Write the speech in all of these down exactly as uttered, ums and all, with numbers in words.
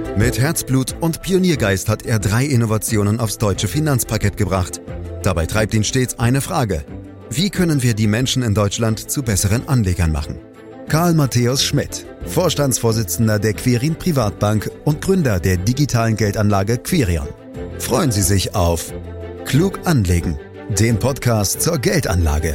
Mit Herzblut und Pioniergeist hat er drei Innovationen aufs deutsche Finanzparkett gebracht. Dabei treibt ihn stets eine Frage: Wie können wir die Menschen in Deutschland zu besseren Anlegern machen? Karl Matthäus Schmidt, Vorstandsvorsitzender der Quirin Privatbank und Gründer der digitalen Geldanlage Quirion. Freuen Sie sich auf Klug anlegen, den Podcast zur Geldanlage.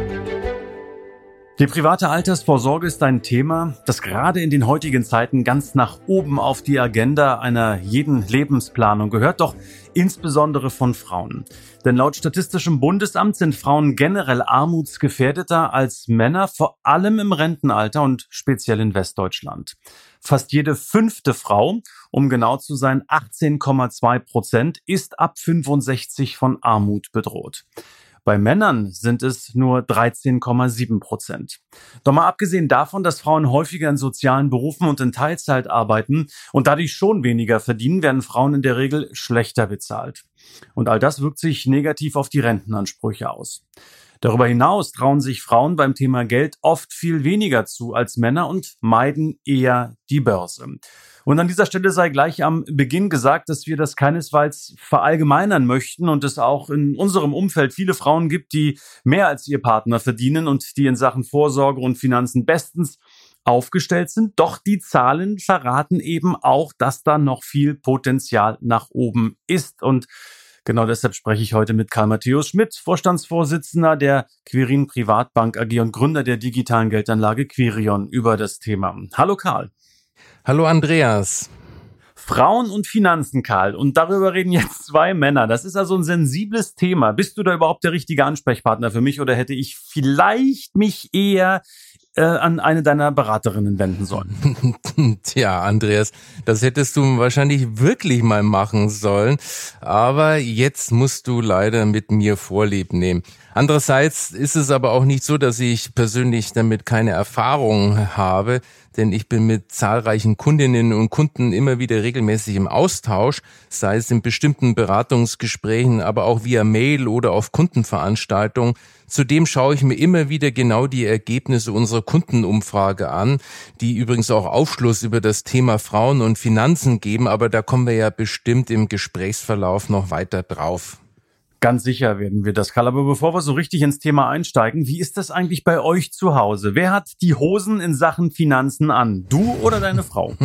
Die private Altersvorsorge ist ein Thema, das gerade in den heutigen Zeiten ganz nach oben auf die Agenda einer jeden Lebensplanung gehört, doch insbesondere von Frauen. Denn laut Statistischem Bundesamt sind Frauen generell armutsgefährdeter als Männer, vor allem im Rentenalter und speziell in Westdeutschland. Fast jede fünfte Frau, um genau zu sein achtzehn Komma zwei Prozent, ist ab fünfundsechzig von Armut bedroht. Bei Männern sind es nur dreizehn Komma sieben Prozent. Doch mal abgesehen davon, dass Frauen häufiger in sozialen Berufen und in Teilzeit arbeiten und dadurch schon weniger verdienen, werden Frauen in der Regel schlechter bezahlt. Und all das wirkt sich negativ auf die Rentenansprüche aus. Darüber hinaus trauen sich Frauen beim Thema Geld oft viel weniger zu als Männer und meiden eher die Börse. Und an dieser Stelle sei gleich am Beginn gesagt, dass wir das keinesfalls verallgemeinern möchten und es auch in unserem Umfeld viele Frauen gibt, die mehr als ihr Partner verdienen und die in Sachen Vorsorge und Finanzen bestens aufgestellt sind. Doch die Zahlen verraten eben auch, dass da noch viel Potenzial nach oben ist. Und genau deshalb spreche ich heute mit Karl Matthäus Schmidt, Vorstandsvorsitzender der Quirin Privatbank A G und Gründer der digitalen Geldanlage Quirion, über das Thema. Hallo Karl. Hallo Andreas. Frauen und Finanzen, Karl. Und darüber reden jetzt zwei Männer. Das ist also ein sensibles Thema. Bist du da überhaupt der richtige Ansprechpartner für mich oder hätte ich vielleicht mich eher äh, an eine deiner Beraterinnen wenden sollen? Tja, Andreas, das hättest du wahrscheinlich wirklich mal machen sollen. Aber jetzt musst du leider mit mir Vorlieb nehmen. Andererseits ist es aber auch nicht so, dass ich persönlich damit keine Erfahrung habe, denn ich bin mit zahlreichen Kundinnen und Kunden immer wieder regelmäßig im Austausch, sei es in bestimmten Beratungsgesprächen, aber auch via Mail oder auf Kundenveranstaltungen. Zudem schaue ich mir immer wieder genau die Ergebnisse unserer Kundenumfrage an, die übrigens auch Aufschluss über das Thema Frauen und Finanzen geben, aber da kommen wir ja bestimmt im Gesprächsverlauf noch weiter drauf. Ganz sicher werden wir das, Karl. Aber bevor wir so richtig ins Thema einsteigen, wie ist das eigentlich bei euch zu Hause? Wer hat die Hosen in Sachen Finanzen an? Du oder deine Frau?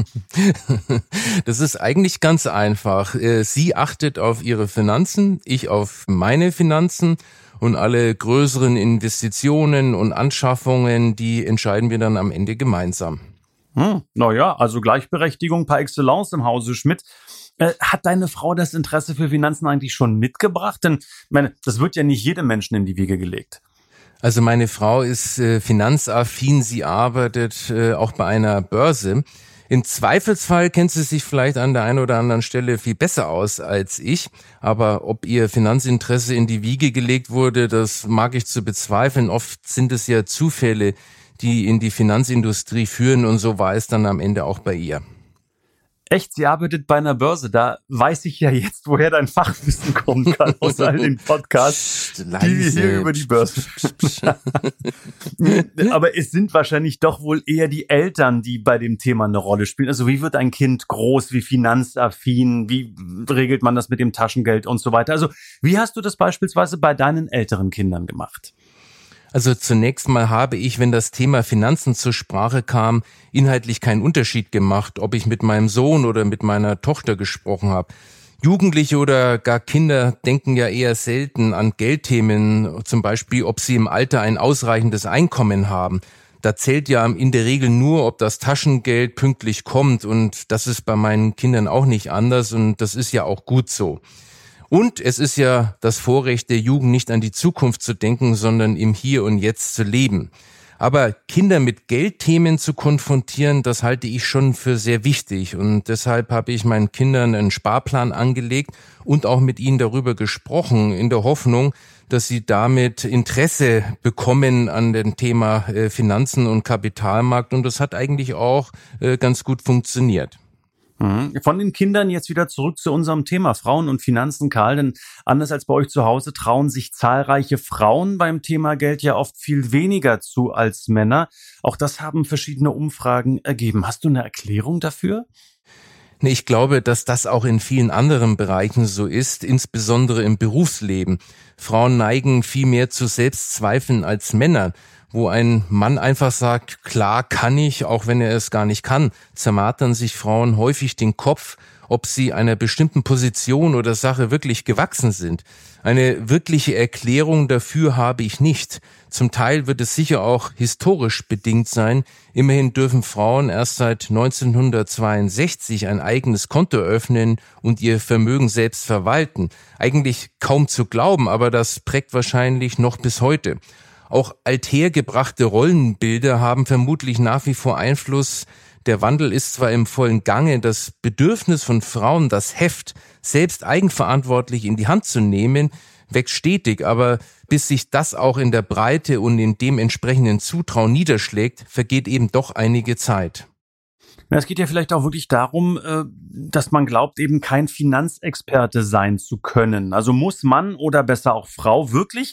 Das ist eigentlich ganz einfach. Sie achtet auf ihre Finanzen, ich auf meine Finanzen. Und alle größeren Investitionen und Anschaffungen, die entscheiden wir dann am Ende gemeinsam. Hm, naja, also Gleichberechtigung par excellence im Hause Schmidt. Äh, hat deine Frau das Interesse für Finanzen eigentlich schon mitgebracht? Denn ich meine, das wird ja nicht jedem Menschen in die Wiege gelegt. Also meine Frau ist äh, finanzaffin, sie arbeitet äh, auch bei einer Börse. Im Zweifelsfall kennt sie sich vielleicht an der einen oder anderen Stelle viel besser aus als ich. Aber ob ihr Finanzinteresse in die Wiege gelegt wurde, das mag ich zu bezweifeln. Oft sind es ja Zufälle, die in die Finanzindustrie führen, und so war es dann am Ende auch bei ihr. Echt, sie arbeitet bei einer Börse. Da weiß ich ja jetzt, woher dein Fachwissen kommen kann aus all den Podcasts, die wir hier über die Börse. Aber es sind wahrscheinlich doch wohl eher die Eltern, die bei dem Thema eine Rolle spielen. Also wie wird ein Kind groß, wie finanzaffin, wie regelt man das mit dem Taschengeld und so weiter. Also wie hast du das beispielsweise bei deinen älteren Kindern gemacht? Also zunächst mal habe ich, wenn das Thema Finanzen zur Sprache kam, inhaltlich keinen Unterschied gemacht, ob ich mit meinem Sohn oder mit meiner Tochter gesprochen habe. Jugendliche oder gar Kinder denken ja eher selten an Geldthemen, zum Beispiel, ob sie im Alter ein ausreichendes Einkommen haben. Da zählt ja in der Regel nur, ob das Taschengeld pünktlich kommt, und das ist bei meinen Kindern auch nicht anders, und das ist ja auch gut so. Und es ist ja das Vorrecht der Jugend, nicht an die Zukunft zu denken, sondern im Hier und Jetzt zu leben. Aber Kinder mit Geldthemen zu konfrontieren, das halte ich schon für sehr wichtig. Und deshalb habe ich meinen Kindern einen Sparplan angelegt und auch mit ihnen darüber gesprochen, in der Hoffnung, dass sie damit Interesse bekommen an dem Thema Finanzen und Kapitalmarkt. Und das hat eigentlich auch ganz gut funktioniert. Von den Kindern jetzt wieder zurück zu unserem Thema Frauen und Finanzen, Karl. Denn anders als bei euch zu Hause trauen sich zahlreiche Frauen beim Thema Geld ja oft viel weniger zu als Männer. Auch das haben verschiedene Umfragen ergeben. Hast du eine Erklärung dafür? Nee, ich glaube, dass das auch in vielen anderen Bereichen so ist, insbesondere im Berufsleben. Frauen neigen viel mehr zu Selbstzweifeln als Männer. Wo ein Mann einfach sagt, klar kann ich, auch wenn er es gar nicht kann, zermartern sich Frauen häufig den Kopf, ob sie einer bestimmten Position oder Sache wirklich gewachsen sind. Eine wirkliche Erklärung dafür habe ich nicht. Zum Teil wird es sicher auch historisch bedingt sein. Immerhin dürfen Frauen erst seit neunzehnhundertzweiundsechzig ein eigenes Konto öffnen und ihr Vermögen selbst verwalten. Eigentlich kaum zu glauben, aber das prägt wahrscheinlich noch bis heute. Auch althergebrachte Rollenbilder haben vermutlich nach wie vor Einfluss. Der Wandel ist zwar im vollen Gange, das Bedürfnis von Frauen, das Heft selbst eigenverantwortlich in die Hand zu nehmen, wächst stetig, aber bis sich das auch in der Breite und in dem entsprechenden Zutrauen niederschlägt, vergeht eben doch einige Zeit. Es geht ja vielleicht auch wirklich darum, dass man glaubt, eben kein Finanzexperte sein zu können. Also muss Mann oder besser auch Frau wirklich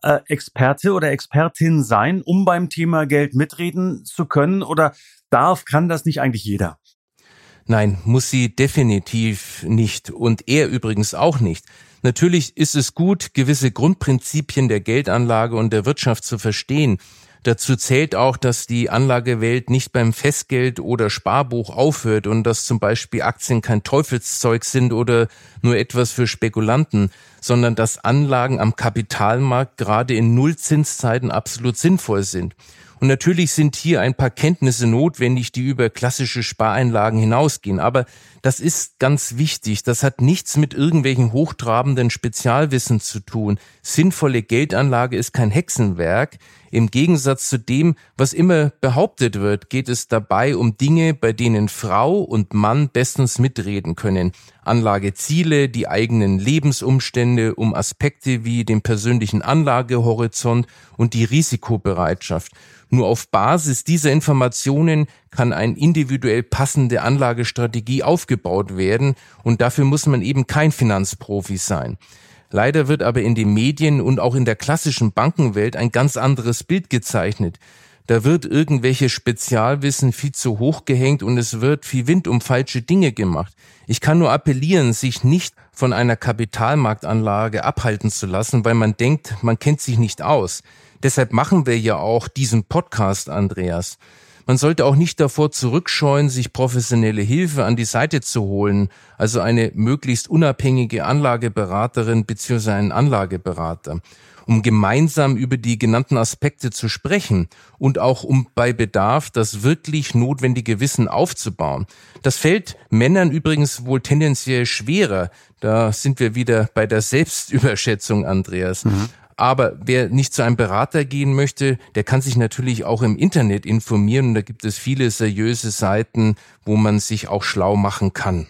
Experte oder Expertin sein, um beim Thema Geld mitreden zu können? Oder darf, kann das nicht eigentlich jeder? Nein, muss sie definitiv nicht. Und er übrigens auch nicht. Natürlich ist es gut, gewisse Grundprinzipien der Geldanlage und der Wirtschaft zu verstehen. Dazu zählt auch, dass die Anlagewelt nicht beim Festgeld oder Sparbuch aufhört und dass zum Beispiel Aktien kein Teufelszeug sind oder nur etwas für Spekulanten, sondern dass Anlagen am Kapitalmarkt gerade in Nullzinszeiten absolut sinnvoll sind. Und natürlich sind hier ein paar Kenntnisse notwendig, die über klassische Spareinlagen hinausgehen. Aber das ist ganz wichtig. Das hat nichts mit irgendwelchen hochtrabenden Spezialwissen zu tun. Sinnvolle Geldanlage ist kein Hexenwerk. Im Gegensatz zu dem, was immer behauptet wird, geht es dabei um Dinge, bei denen Frau und Mann bestens mitreden können. Anlageziele, die eigenen Lebensumstände, um Aspekte wie den persönlichen Anlagehorizont und die Risikobereitschaft. Nur auf Basis dieser Informationen kann eine individuell passende Anlagestrategie aufgebaut werden und dafür muss man eben kein Finanzprofi sein. Leider wird aber in den Medien und auch in der klassischen Bankenwelt ein ganz anderes Bild gezeichnet. Da wird irgendwelche Spezialwissen viel zu hoch gehängt und es wird viel Wind um falsche Dinge gemacht. Ich kann nur appellieren, sich nicht von einer Kapitalmarktanlage abhalten zu lassen, weil man denkt, man kennt sich nicht aus. Deshalb machen wir ja auch diesen Podcast, Andreas. Man sollte auch nicht davor zurückscheuen, sich professionelle Hilfe an die Seite zu holen, also eine möglichst unabhängige Anlageberaterin bzw. einen Anlageberater, um gemeinsam über die genannten Aspekte zu sprechen und auch um bei Bedarf das wirklich notwendige Wissen aufzubauen. Das fällt Männern übrigens wohl tendenziell schwerer. Da sind wir wieder bei der Selbstüberschätzung, Andreas. Mhm. Aber wer nicht zu einem Berater gehen möchte, der kann sich natürlich auch im Internet informieren. Und da gibt es viele seriöse Seiten, wo man sich auch schlau machen kann.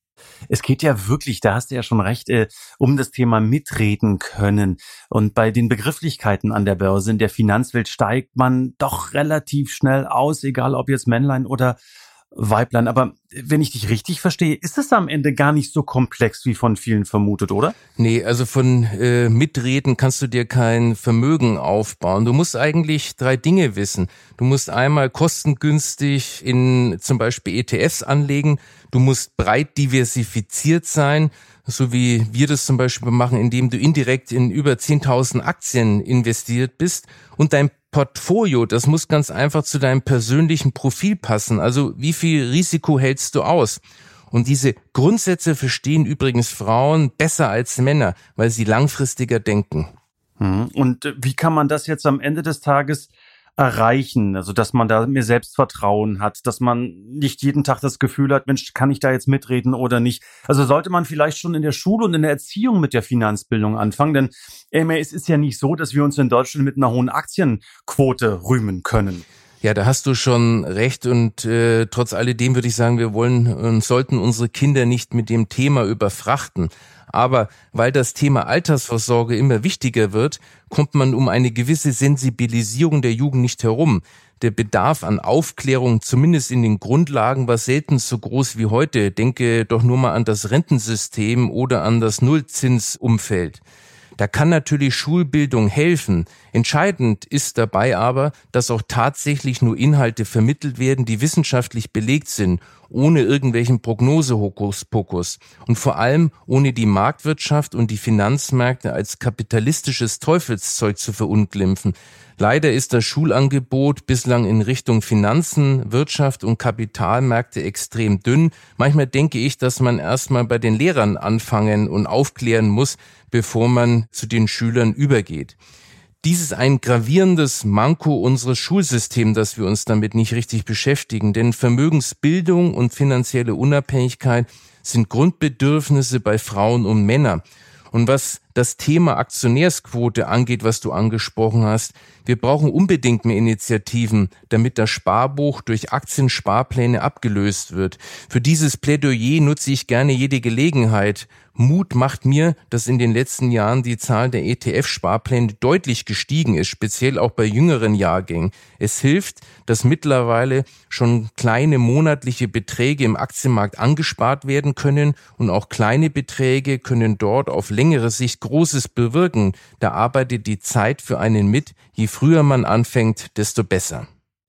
Es geht ja wirklich, da hast du ja schon recht, äh, um das Thema mitreden können. Und bei den Begrifflichkeiten an der Börse in der Finanzwelt steigt man doch relativ schnell aus, egal ob jetzt Männlein oder Weiblein. Aber wenn ich dich richtig verstehe, ist es am Ende gar nicht so komplex, wie von vielen vermutet, oder? Nee, also von äh, Mitreden kannst du dir kein Vermögen aufbauen. Du musst eigentlich drei Dinge wissen. Du musst einmal kostengünstig in zum Beispiel E T Fs anlegen. Du musst breit diversifiziert sein, so wie wir das zum Beispiel machen, indem du indirekt in über zehntausend Aktien investiert bist. Und dein Portfolio, das muss ganz einfach zu deinem persönlichen Profil passen. Also wie viel Risiko hältst du aus? Und diese Grundsätze verstehen übrigens Frauen besser als Männer, weil sie langfristiger denken. Und wie kann man das jetzt am Ende des Tages erreichen? Also, dass man da mehr Selbstvertrauen hat, dass man nicht jeden Tag das Gefühl hat, Mensch, kann ich da jetzt mitreden oder nicht? Also sollte man vielleicht schon in der Schule und in der Erziehung mit der Finanzbildung anfangen, denn äh, es ist ja nicht so, dass wir uns in Deutschland mit einer hohen Aktienquote rühmen können. Ja, da hast du schon recht und äh, trotz alledem würde ich sagen, wir wollen und sollten unsere Kinder nicht mit dem Thema überfrachten. Aber weil das Thema Altersvorsorge immer wichtiger wird, kommt man um eine gewisse Sensibilisierung der Jugend nicht herum. Der Bedarf an Aufklärung, zumindest in den Grundlagen, war selten so groß wie heute. Denke doch nur mal an das Rentensystem oder an das Nullzinsumfeld. Da kann natürlich Schulbildung helfen. Entscheidend ist dabei aber, dass auch tatsächlich nur Inhalte vermittelt werden, die wissenschaftlich belegt sind. ohne irgendwelchen Prognosehokuspokus und vor allem ohne die Marktwirtschaft und die Finanzmärkte als kapitalistisches Teufelszeug zu verunglimpfen. Leider ist das Schulangebot bislang in Richtung Finanzen, Wirtschaft und Kapitalmärkte extrem dünn. Manchmal denke ich, dass man erstmal bei den Lehrern anfangen und aufklären muss, bevor man zu den Schülern übergeht. Dies ist ein gravierendes Manko unseres Schulsystems, dass wir uns damit nicht richtig beschäftigen. Denn Vermögensbildung und finanzielle Unabhängigkeit sind Grundbedürfnisse bei Frauen und Männern. Und was das Thema Aktionärsquote angeht, was du angesprochen hast, wir brauchen unbedingt mehr Initiativen, damit das Sparbuch durch Aktiensparpläne abgelöst wird. Für dieses Plädoyer nutze ich gerne jede Gelegenheit. Mut macht mir, dass in den letzten Jahren die Zahl der E T F-Sparpläne deutlich gestiegen ist, speziell auch bei jüngeren Jahrgängen. Es hilft, dass mittlerweile schon kleine monatliche Beträge im Aktienmarkt angespart werden können und auch kleine Beträge können dort auf längere Sicht Großes bewirken. Da arbeitet die Zeit für einen mit. Je früher man anfängt, desto besser.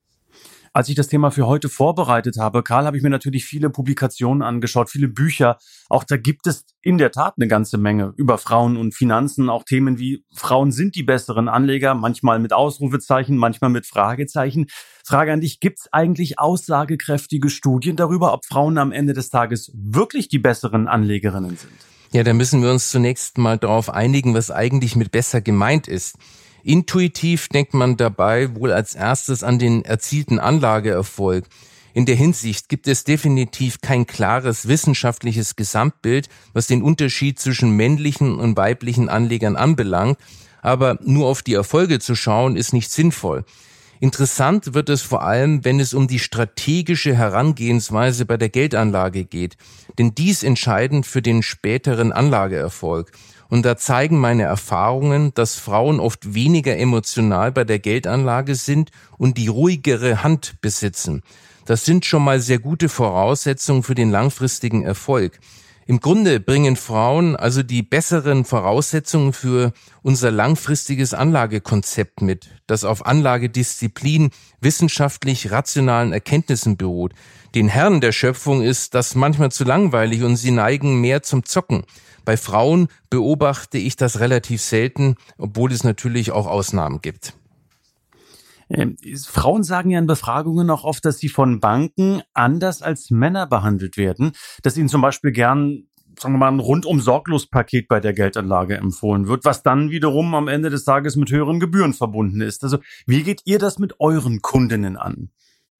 Als ich das Thema für heute vorbereitet habe, Karl, habe ich mir natürlich viele Publikationen angeschaut, viele Bücher. Auch da gibt es in der Tat eine ganze Menge über Frauen und Finanzen, auch Themen wie Frauen sind die besseren Anleger, manchmal mit Ausrufezeichen, manchmal mit Fragezeichen. Frage an dich, gibt es eigentlich aussagekräftige Studien darüber, ob Frauen am Ende des Tages wirklich die besseren Anlegerinnen sind? Ja, da müssen wir uns zunächst mal darauf einigen, was eigentlich mit besser gemeint ist. Intuitiv denkt man dabei wohl als erstes an den erzielten Anlageerfolg. In der Hinsicht gibt es definitiv kein klares wissenschaftliches Gesamtbild, was den Unterschied zwischen männlichen und weiblichen Anlegern anbelangt, aber nur auf die Erfolge zu schauen, ist nicht sinnvoll. Interessant wird es vor allem, wenn es um die strategische Herangehensweise bei der Geldanlage geht, denn dies entscheidend für den späteren Anlageerfolg. Und da zeigen meine Erfahrungen, dass Frauen oft weniger emotional bei der Geldanlage sind und die ruhigere Hand besitzen. Das sind schon mal sehr gute Voraussetzungen für den langfristigen Erfolg. Im Grunde bringen Frauen also die besseren Voraussetzungen für unser langfristiges Anlagekonzept mit, das auf Anlagedisziplin, wissenschaftlich rationalen Erkenntnissen beruht. Den Herren der Schöpfung ist das manchmal zu langweilig und sie neigen mehr zum Zocken. Bei Frauen beobachte ich das relativ selten, obwohl es natürlich auch Ausnahmen gibt. Ähm, Frauen sagen ja in Befragungen auch oft, dass sie von Banken anders als Männer behandelt werden, dass ihnen zum Beispiel gern, sagen wir mal, ein Rundum-Sorglos-Paket bei der Geldanlage empfohlen wird, was dann wiederum am Ende des Tages mit höheren Gebühren verbunden ist. Also wie geht ihr das mit euren Kundinnen an?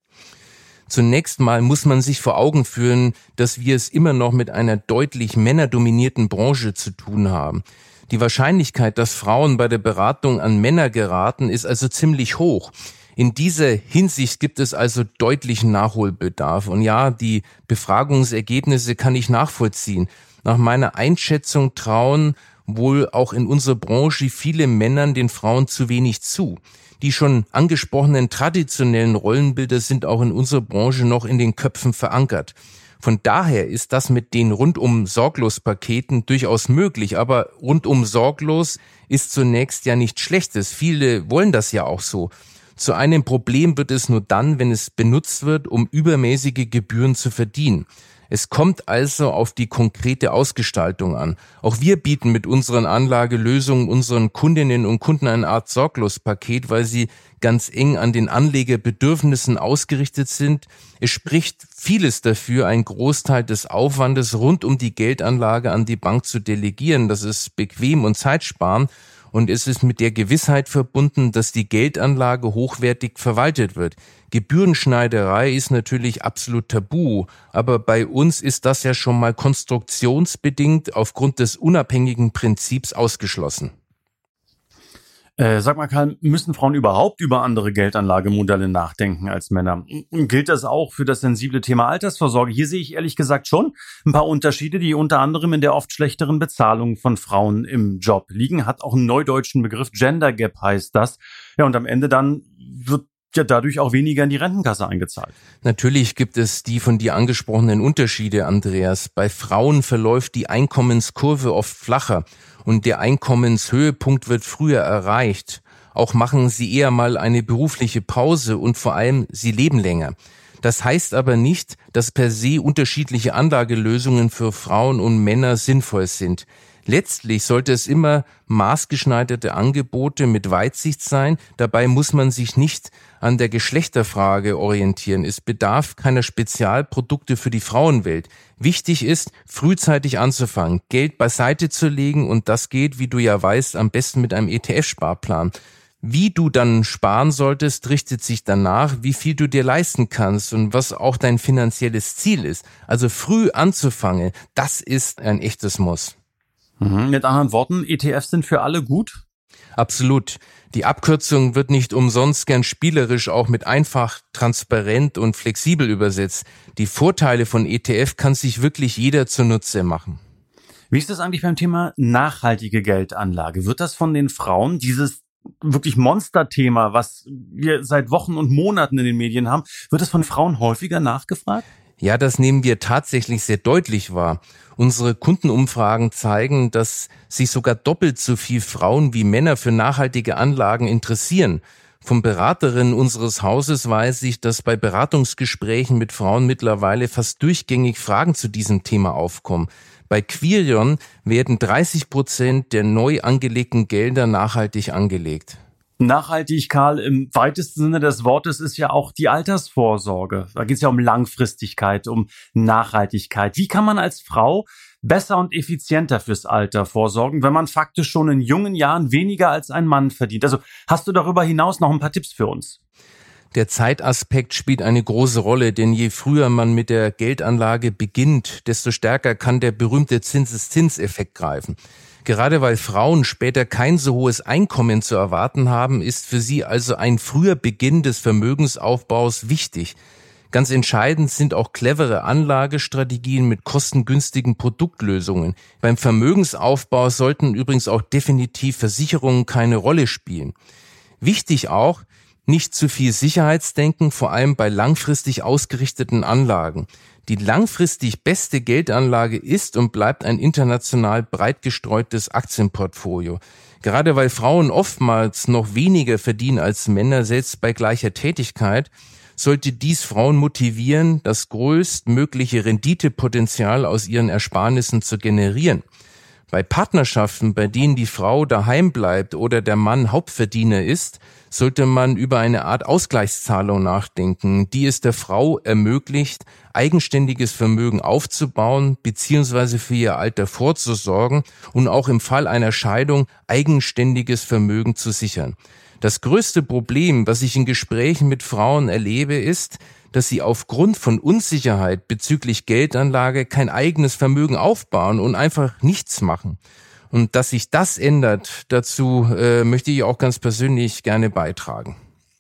Zunächst mal muss man sich vor Augen führen, dass wir es immer noch mit einer deutlich männerdominierten Branche zu tun haben. Die Wahrscheinlichkeit, dass Frauen bei der Beratung an Männer geraten, ist also ziemlich hoch. In dieser Hinsicht gibt es also deutlichen Nachholbedarf. Und ja, die Befragungsergebnisse kann ich nachvollziehen. Nach meiner Einschätzung trauen wohl auch in unserer Branche viele Männern den Frauen zu wenig zu. Die schon angesprochenen traditionellen Rollenbilder sind auch in unserer Branche noch in den Köpfen verankert. Von daher ist das mit den Rundum-Sorglos-Paketen durchaus möglich, aber rundum sorglos ist zunächst ja nichts Schlechtes. Viele wollen das ja auch so. Zu einem Problem wird es nur dann, wenn es benutzt wird, um übermäßige Gebühren zu verdienen. Es kommt also auf die konkrete Ausgestaltung an. Auch wir bieten mit unseren Anlagelösungen unseren Kundinnen und Kunden eine Art Sorglospaket, weil sie ganz eng an den Anlegerbedürfnissen ausgerichtet sind. Es spricht vieles dafür, einen Großteil des Aufwandes rund um die Geldanlage an die Bank zu delegieren. Das ist bequem und zeitsparend. Und es ist mit der Gewissheit verbunden, dass die Geldanlage hochwertig verwaltet wird. Gebührenschneiderei ist natürlich absolut tabu, aber bei uns ist das ja schon mal konstruktionsbedingt aufgrund des unabhängigen Prinzips ausgeschlossen. Äh, sag mal, Karl, müssen Frauen überhaupt über andere Geldanlagemodelle nachdenken als Männer? Gilt das auch für das sensible Thema Altersvorsorge? Hier sehe ich ehrlich gesagt schon ein paar Unterschiede, die unter anderem in der oft schlechteren Bezahlung von Frauen im Job liegen. Hat auch einen neudeutschen Begriff, Gender Gap heißt das. Ja, und am Ende dann wird ja dadurch auch weniger in die Rentenkasse eingezahlt. Natürlich gibt es die von dir angesprochenen Unterschiede, Andreas. Bei Frauen verläuft die Einkommenskurve oft flacher und der Einkommenshöhepunkt wird früher erreicht. Auch machen sie eher mal eine berufliche Pause und vor allem sie leben länger. Das heißt aber nicht, dass per se unterschiedliche Anlagelösungen für Frauen und Männer sinnvoll sind. Letztlich sollte es immer maßgeschneiderte Angebote mit Weitsicht sein. Dabei muss man sich nicht an der Geschlechterfrage orientieren. Es bedarf keiner Spezialprodukte für die Frauenwelt. Wichtig ist, frühzeitig anzufangen, Geld beiseite zu legen, und das geht, wie du ja weißt, am besten mit einem E T F-Sparplan. Wie du dann sparen solltest, richtet sich danach, wie viel du dir leisten kannst und was auch dein finanzielles Ziel ist. Also früh anzufangen, das ist ein echtes Muss. Mhm. Mit anderen Worten, E T Fs sind für alle gut? Absolut. Die Abkürzung wird nicht umsonst gern spielerisch auch mit einfach, transparent und flexibel übersetzt. Die Vorteile von E T F kann sich wirklich jeder zunutze machen. Wie ist das eigentlich beim Thema nachhaltige Geldanlage? Wird das von den Frauen, dieses wirklich Monsterthema, was wir seit Wochen und Monaten in den Medien haben, wird das von Frauen häufiger nachgefragt? Ja, das nehmen wir tatsächlich sehr deutlich wahr. Unsere Kundenumfragen zeigen, dass sich sogar doppelt so viel Frauen wie Männer für nachhaltige Anlagen interessieren. Von Beraterinnen unseres Hauses weiß ich, dass bei Beratungsgesprächen mit Frauen mittlerweile fast durchgängig Fragen zu diesem Thema aufkommen. Bei Quirion werden dreißig Prozent der neu angelegten Gelder nachhaltig angelegt. Nachhaltig, Karl, im weitesten Sinne des Wortes ist ja auch die Altersvorsorge. Da geht es ja um Langfristigkeit, um Nachhaltigkeit. Wie kann man als Frau besser und effizienter fürs Alter vorsorgen, wenn man faktisch schon in jungen Jahren weniger als ein Mann verdient? Also hast du darüber hinaus noch ein paar Tipps für uns? Der Zeitaspekt spielt eine große Rolle, denn je früher man mit der Geldanlage beginnt, desto stärker kann der berühmte Zinseszinseffekt greifen. Gerade weil Frauen später kein so hohes Einkommen zu erwarten haben, ist für sie also ein früher Beginn des Vermögensaufbaus wichtig. Ganz entscheidend sind auch clevere Anlagestrategien mit kostengünstigen Produktlösungen. Beim Vermögensaufbau sollten übrigens auch definitiv Versicherungen keine Rolle spielen. Wichtig auch, nicht zu viel Sicherheitsdenken, vor allem bei langfristig ausgerichteten Anlagen. Die langfristig beste Geldanlage ist und bleibt ein international breit gestreutes Aktienportfolio. Gerade weil Frauen oftmals noch weniger verdienen als Männer, selbst bei gleicher Tätigkeit, sollte dies Frauen motivieren, das größtmögliche Renditepotenzial aus ihren Ersparnissen zu generieren. Bei Partnerschaften, bei denen die Frau daheim bleibt oder der Mann Hauptverdiener ist, sollte man über eine Art Ausgleichszahlung nachdenken, die es der Frau ermöglicht, eigenständiges Vermögen aufzubauen bzw. für ihr Alter vorzusorgen und auch im Fall einer Scheidung eigenständiges Vermögen zu sichern. Das größte Problem, was ich in Gesprächen mit Frauen erlebe, ist, dass sie aufgrund von Unsicherheit bezüglich Geldanlage kein eigenes Vermögen aufbauen und einfach nichts machen. Und dass sich das ändert, dazu äh, möchte ich auch ganz persönlich gerne beitragen.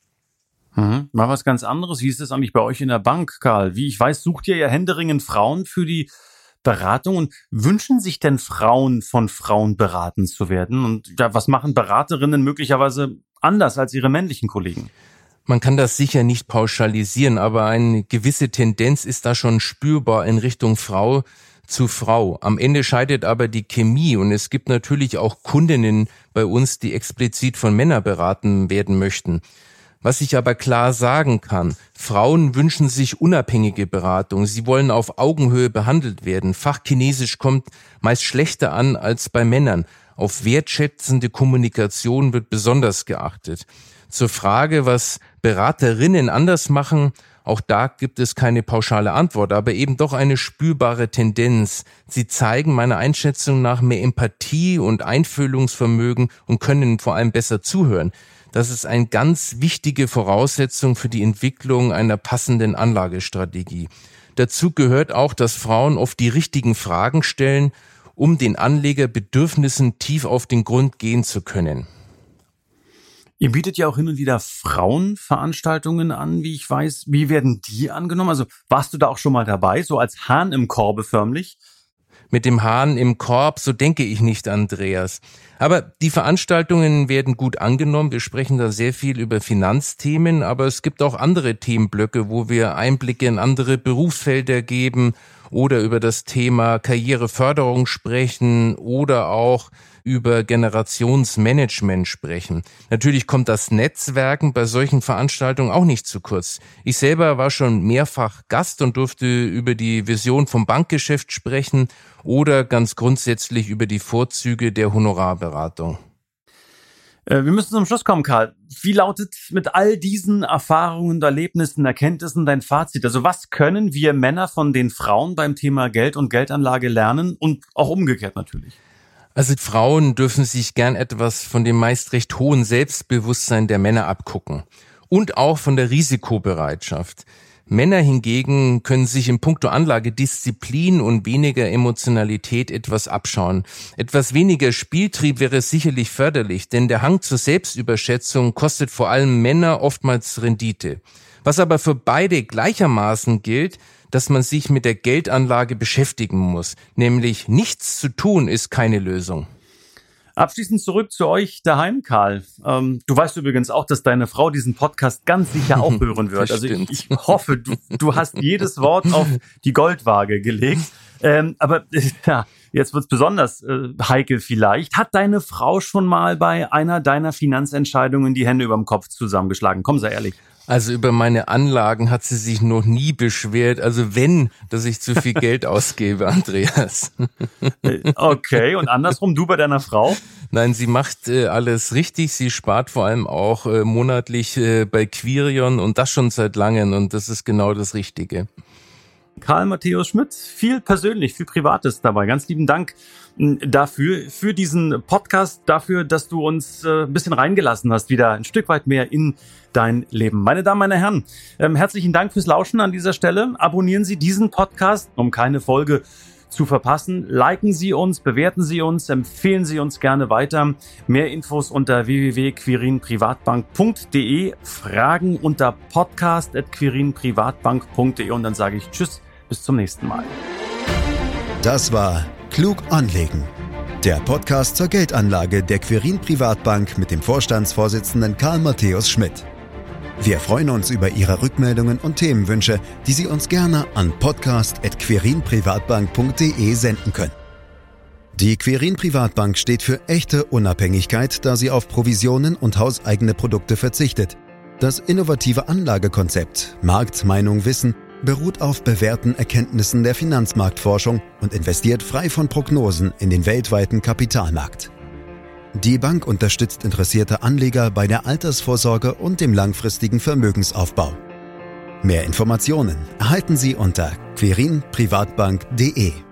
Mhm. Mal was ganz anderes. Wie ist das eigentlich bei euch in der Bank, Karl? Wie ich weiß, sucht ihr ja händeringend Frauen für die Beratung. Und wünschen sich denn Frauen, von Frauen beraten zu werden? Und ja, was machen Beraterinnen möglicherweise anders als ihre männlichen Kollegen? Man kann das sicher nicht pauschalisieren, aber eine gewisse Tendenz ist da schon spürbar in Richtung Frau zu Frau. Am Ende scheidet aber die Chemie, und es gibt natürlich auch Kundinnen bei uns, die explizit von Männern beraten werden möchten. Was ich aber klar sagen kann, Frauen wünschen sich unabhängige Beratung. Sie wollen auf Augenhöhe behandelt werden. Fachchinesisch kommt meist schlechter an als bei Männern. Auf wertschätzende Kommunikation wird besonders geachtet. Zur Frage, was Beraterinnen anders machen, auch da gibt es keine pauschale Antwort, aber eben doch eine spürbare Tendenz. Sie zeigen meiner Einschätzung nach mehr Empathie und Einfühlungsvermögen und können vor allem besser zuhören. Das ist eine ganz wichtige Voraussetzung für die Entwicklung einer passenden Anlagestrategie. Dazu gehört auch, dass Frauen oft die richtigen Fragen stellen, um den Anlegerbedürfnissen tief auf den Grund gehen zu können. Ihr bietet ja auch hin und wieder Frauenveranstaltungen an, wie ich weiß. Wie werden die angenommen? Also warst du da auch schon mal dabei, so als Hahn im Korbe förmlich? Mit dem Hahn im Korb, so denke ich nicht, Andreas. Aber die Veranstaltungen werden gut angenommen. Wir sprechen da sehr viel über Finanzthemen, aber es gibt auch andere Themenblöcke, wo wir Einblicke in andere Berufsfelder geben oder über das Thema Karriereförderung sprechen oder auch über Generationsmanagement sprechen. Natürlich kommt das Netzwerken bei solchen Veranstaltungen auch nicht zu kurz. Ich selber war schon mehrfach Gast und durfte über die Vision vom Bankgeschäft sprechen oder ganz grundsätzlich über die Vorzüge der Honorarberatung. Wir müssen zum Schluss kommen, Karl. Wie lautet mit all diesen Erfahrungen, Erlebnissen, Erkenntnissen dein Fazit? Also was können wir Männer von den Frauen beim Thema Geld und Geldanlage lernen und auch umgekehrt natürlich? Also Frauen dürfen sich gern etwas von dem meist recht hohen Selbstbewusstsein der Männer abgucken und auch von der Risikobereitschaft. Männer hingegen können sich in puncto Anlagedisziplin und weniger Emotionalität etwas abschauen. Etwas weniger Spieltrieb wäre sicherlich förderlich, denn der Hang zur Selbstüberschätzung kostet vor allem Männer oftmals Rendite. Was aber für beide gleichermaßen gilt, dass man sich mit der Geldanlage beschäftigen muss. Nämlich nichts zu tun ist keine Lösung. Abschließend zurück zu euch daheim, Karl. Ähm, du weißt übrigens auch, dass deine Frau diesen Podcast ganz sicher auch hören wird. Also ich, ich hoffe, du, du hast jedes Wort auf die Goldwaage gelegt. Ähm, aber ja, jetzt wird's besonders äh, heikel vielleicht. Hat deine Frau schon mal bei einer deiner Finanzentscheidungen die Hände überm Kopf zusammengeschlagen? Komm, sei ehrlich. Also über meine Anlagen hat sie sich noch nie beschwert. Also wenn, dass ich zu viel Geld ausgebe, Andreas. Okay, und andersrum, du bei deiner Frau? Nein, sie macht äh, alles richtig. Sie spart vor allem auch äh, monatlich äh, bei Quirion und das schon seit langem. Und das ist genau das Richtige. Karl Matthäus Schmidt, viel persönlich, viel Privates dabei. Ganz lieben Dank dafür, für diesen Podcast, dafür, dass du uns äh, ein bisschen reingelassen hast, wieder ein Stück weit mehr in dein Leben. Meine Damen, meine Herren, ähm, herzlichen Dank fürs Lauschen an dieser Stelle. Abonnieren Sie diesen Podcast, um keine Folge zu verpassen. Liken Sie uns, bewerten Sie uns, empfehlen Sie uns gerne weiter. Mehr Infos unter w w w punkt quirin privatbank punkt d e, Fragen unter podcast at quirin privatbank punkt d e und dann sage ich Tschüss, bis zum nächsten Mal. Das war Klug anlegen, der Podcast zur Geldanlage der Quirin Privatbank mit dem Vorstandsvorsitzenden Karl Matthäus Schmidt. Wir freuen uns über Ihre Rückmeldungen und Themenwünsche, die Sie uns gerne an podcast at quirin privatbank punkt d e senden können. Die Quirin Privatbank steht für echte Unabhängigkeit, da sie auf Provisionen und hauseigene Produkte verzichtet. Das innovative Anlagekonzept Markt, Meinung, Wissen beruht auf bewährten Erkenntnissen der Finanzmarktforschung und investiert frei von Prognosen in den weltweiten Kapitalmarkt. Die Bank unterstützt interessierte Anleger bei der Altersvorsorge und dem langfristigen Vermögensaufbau. Mehr Informationen erhalten Sie unter quirin privatbank punkt d e.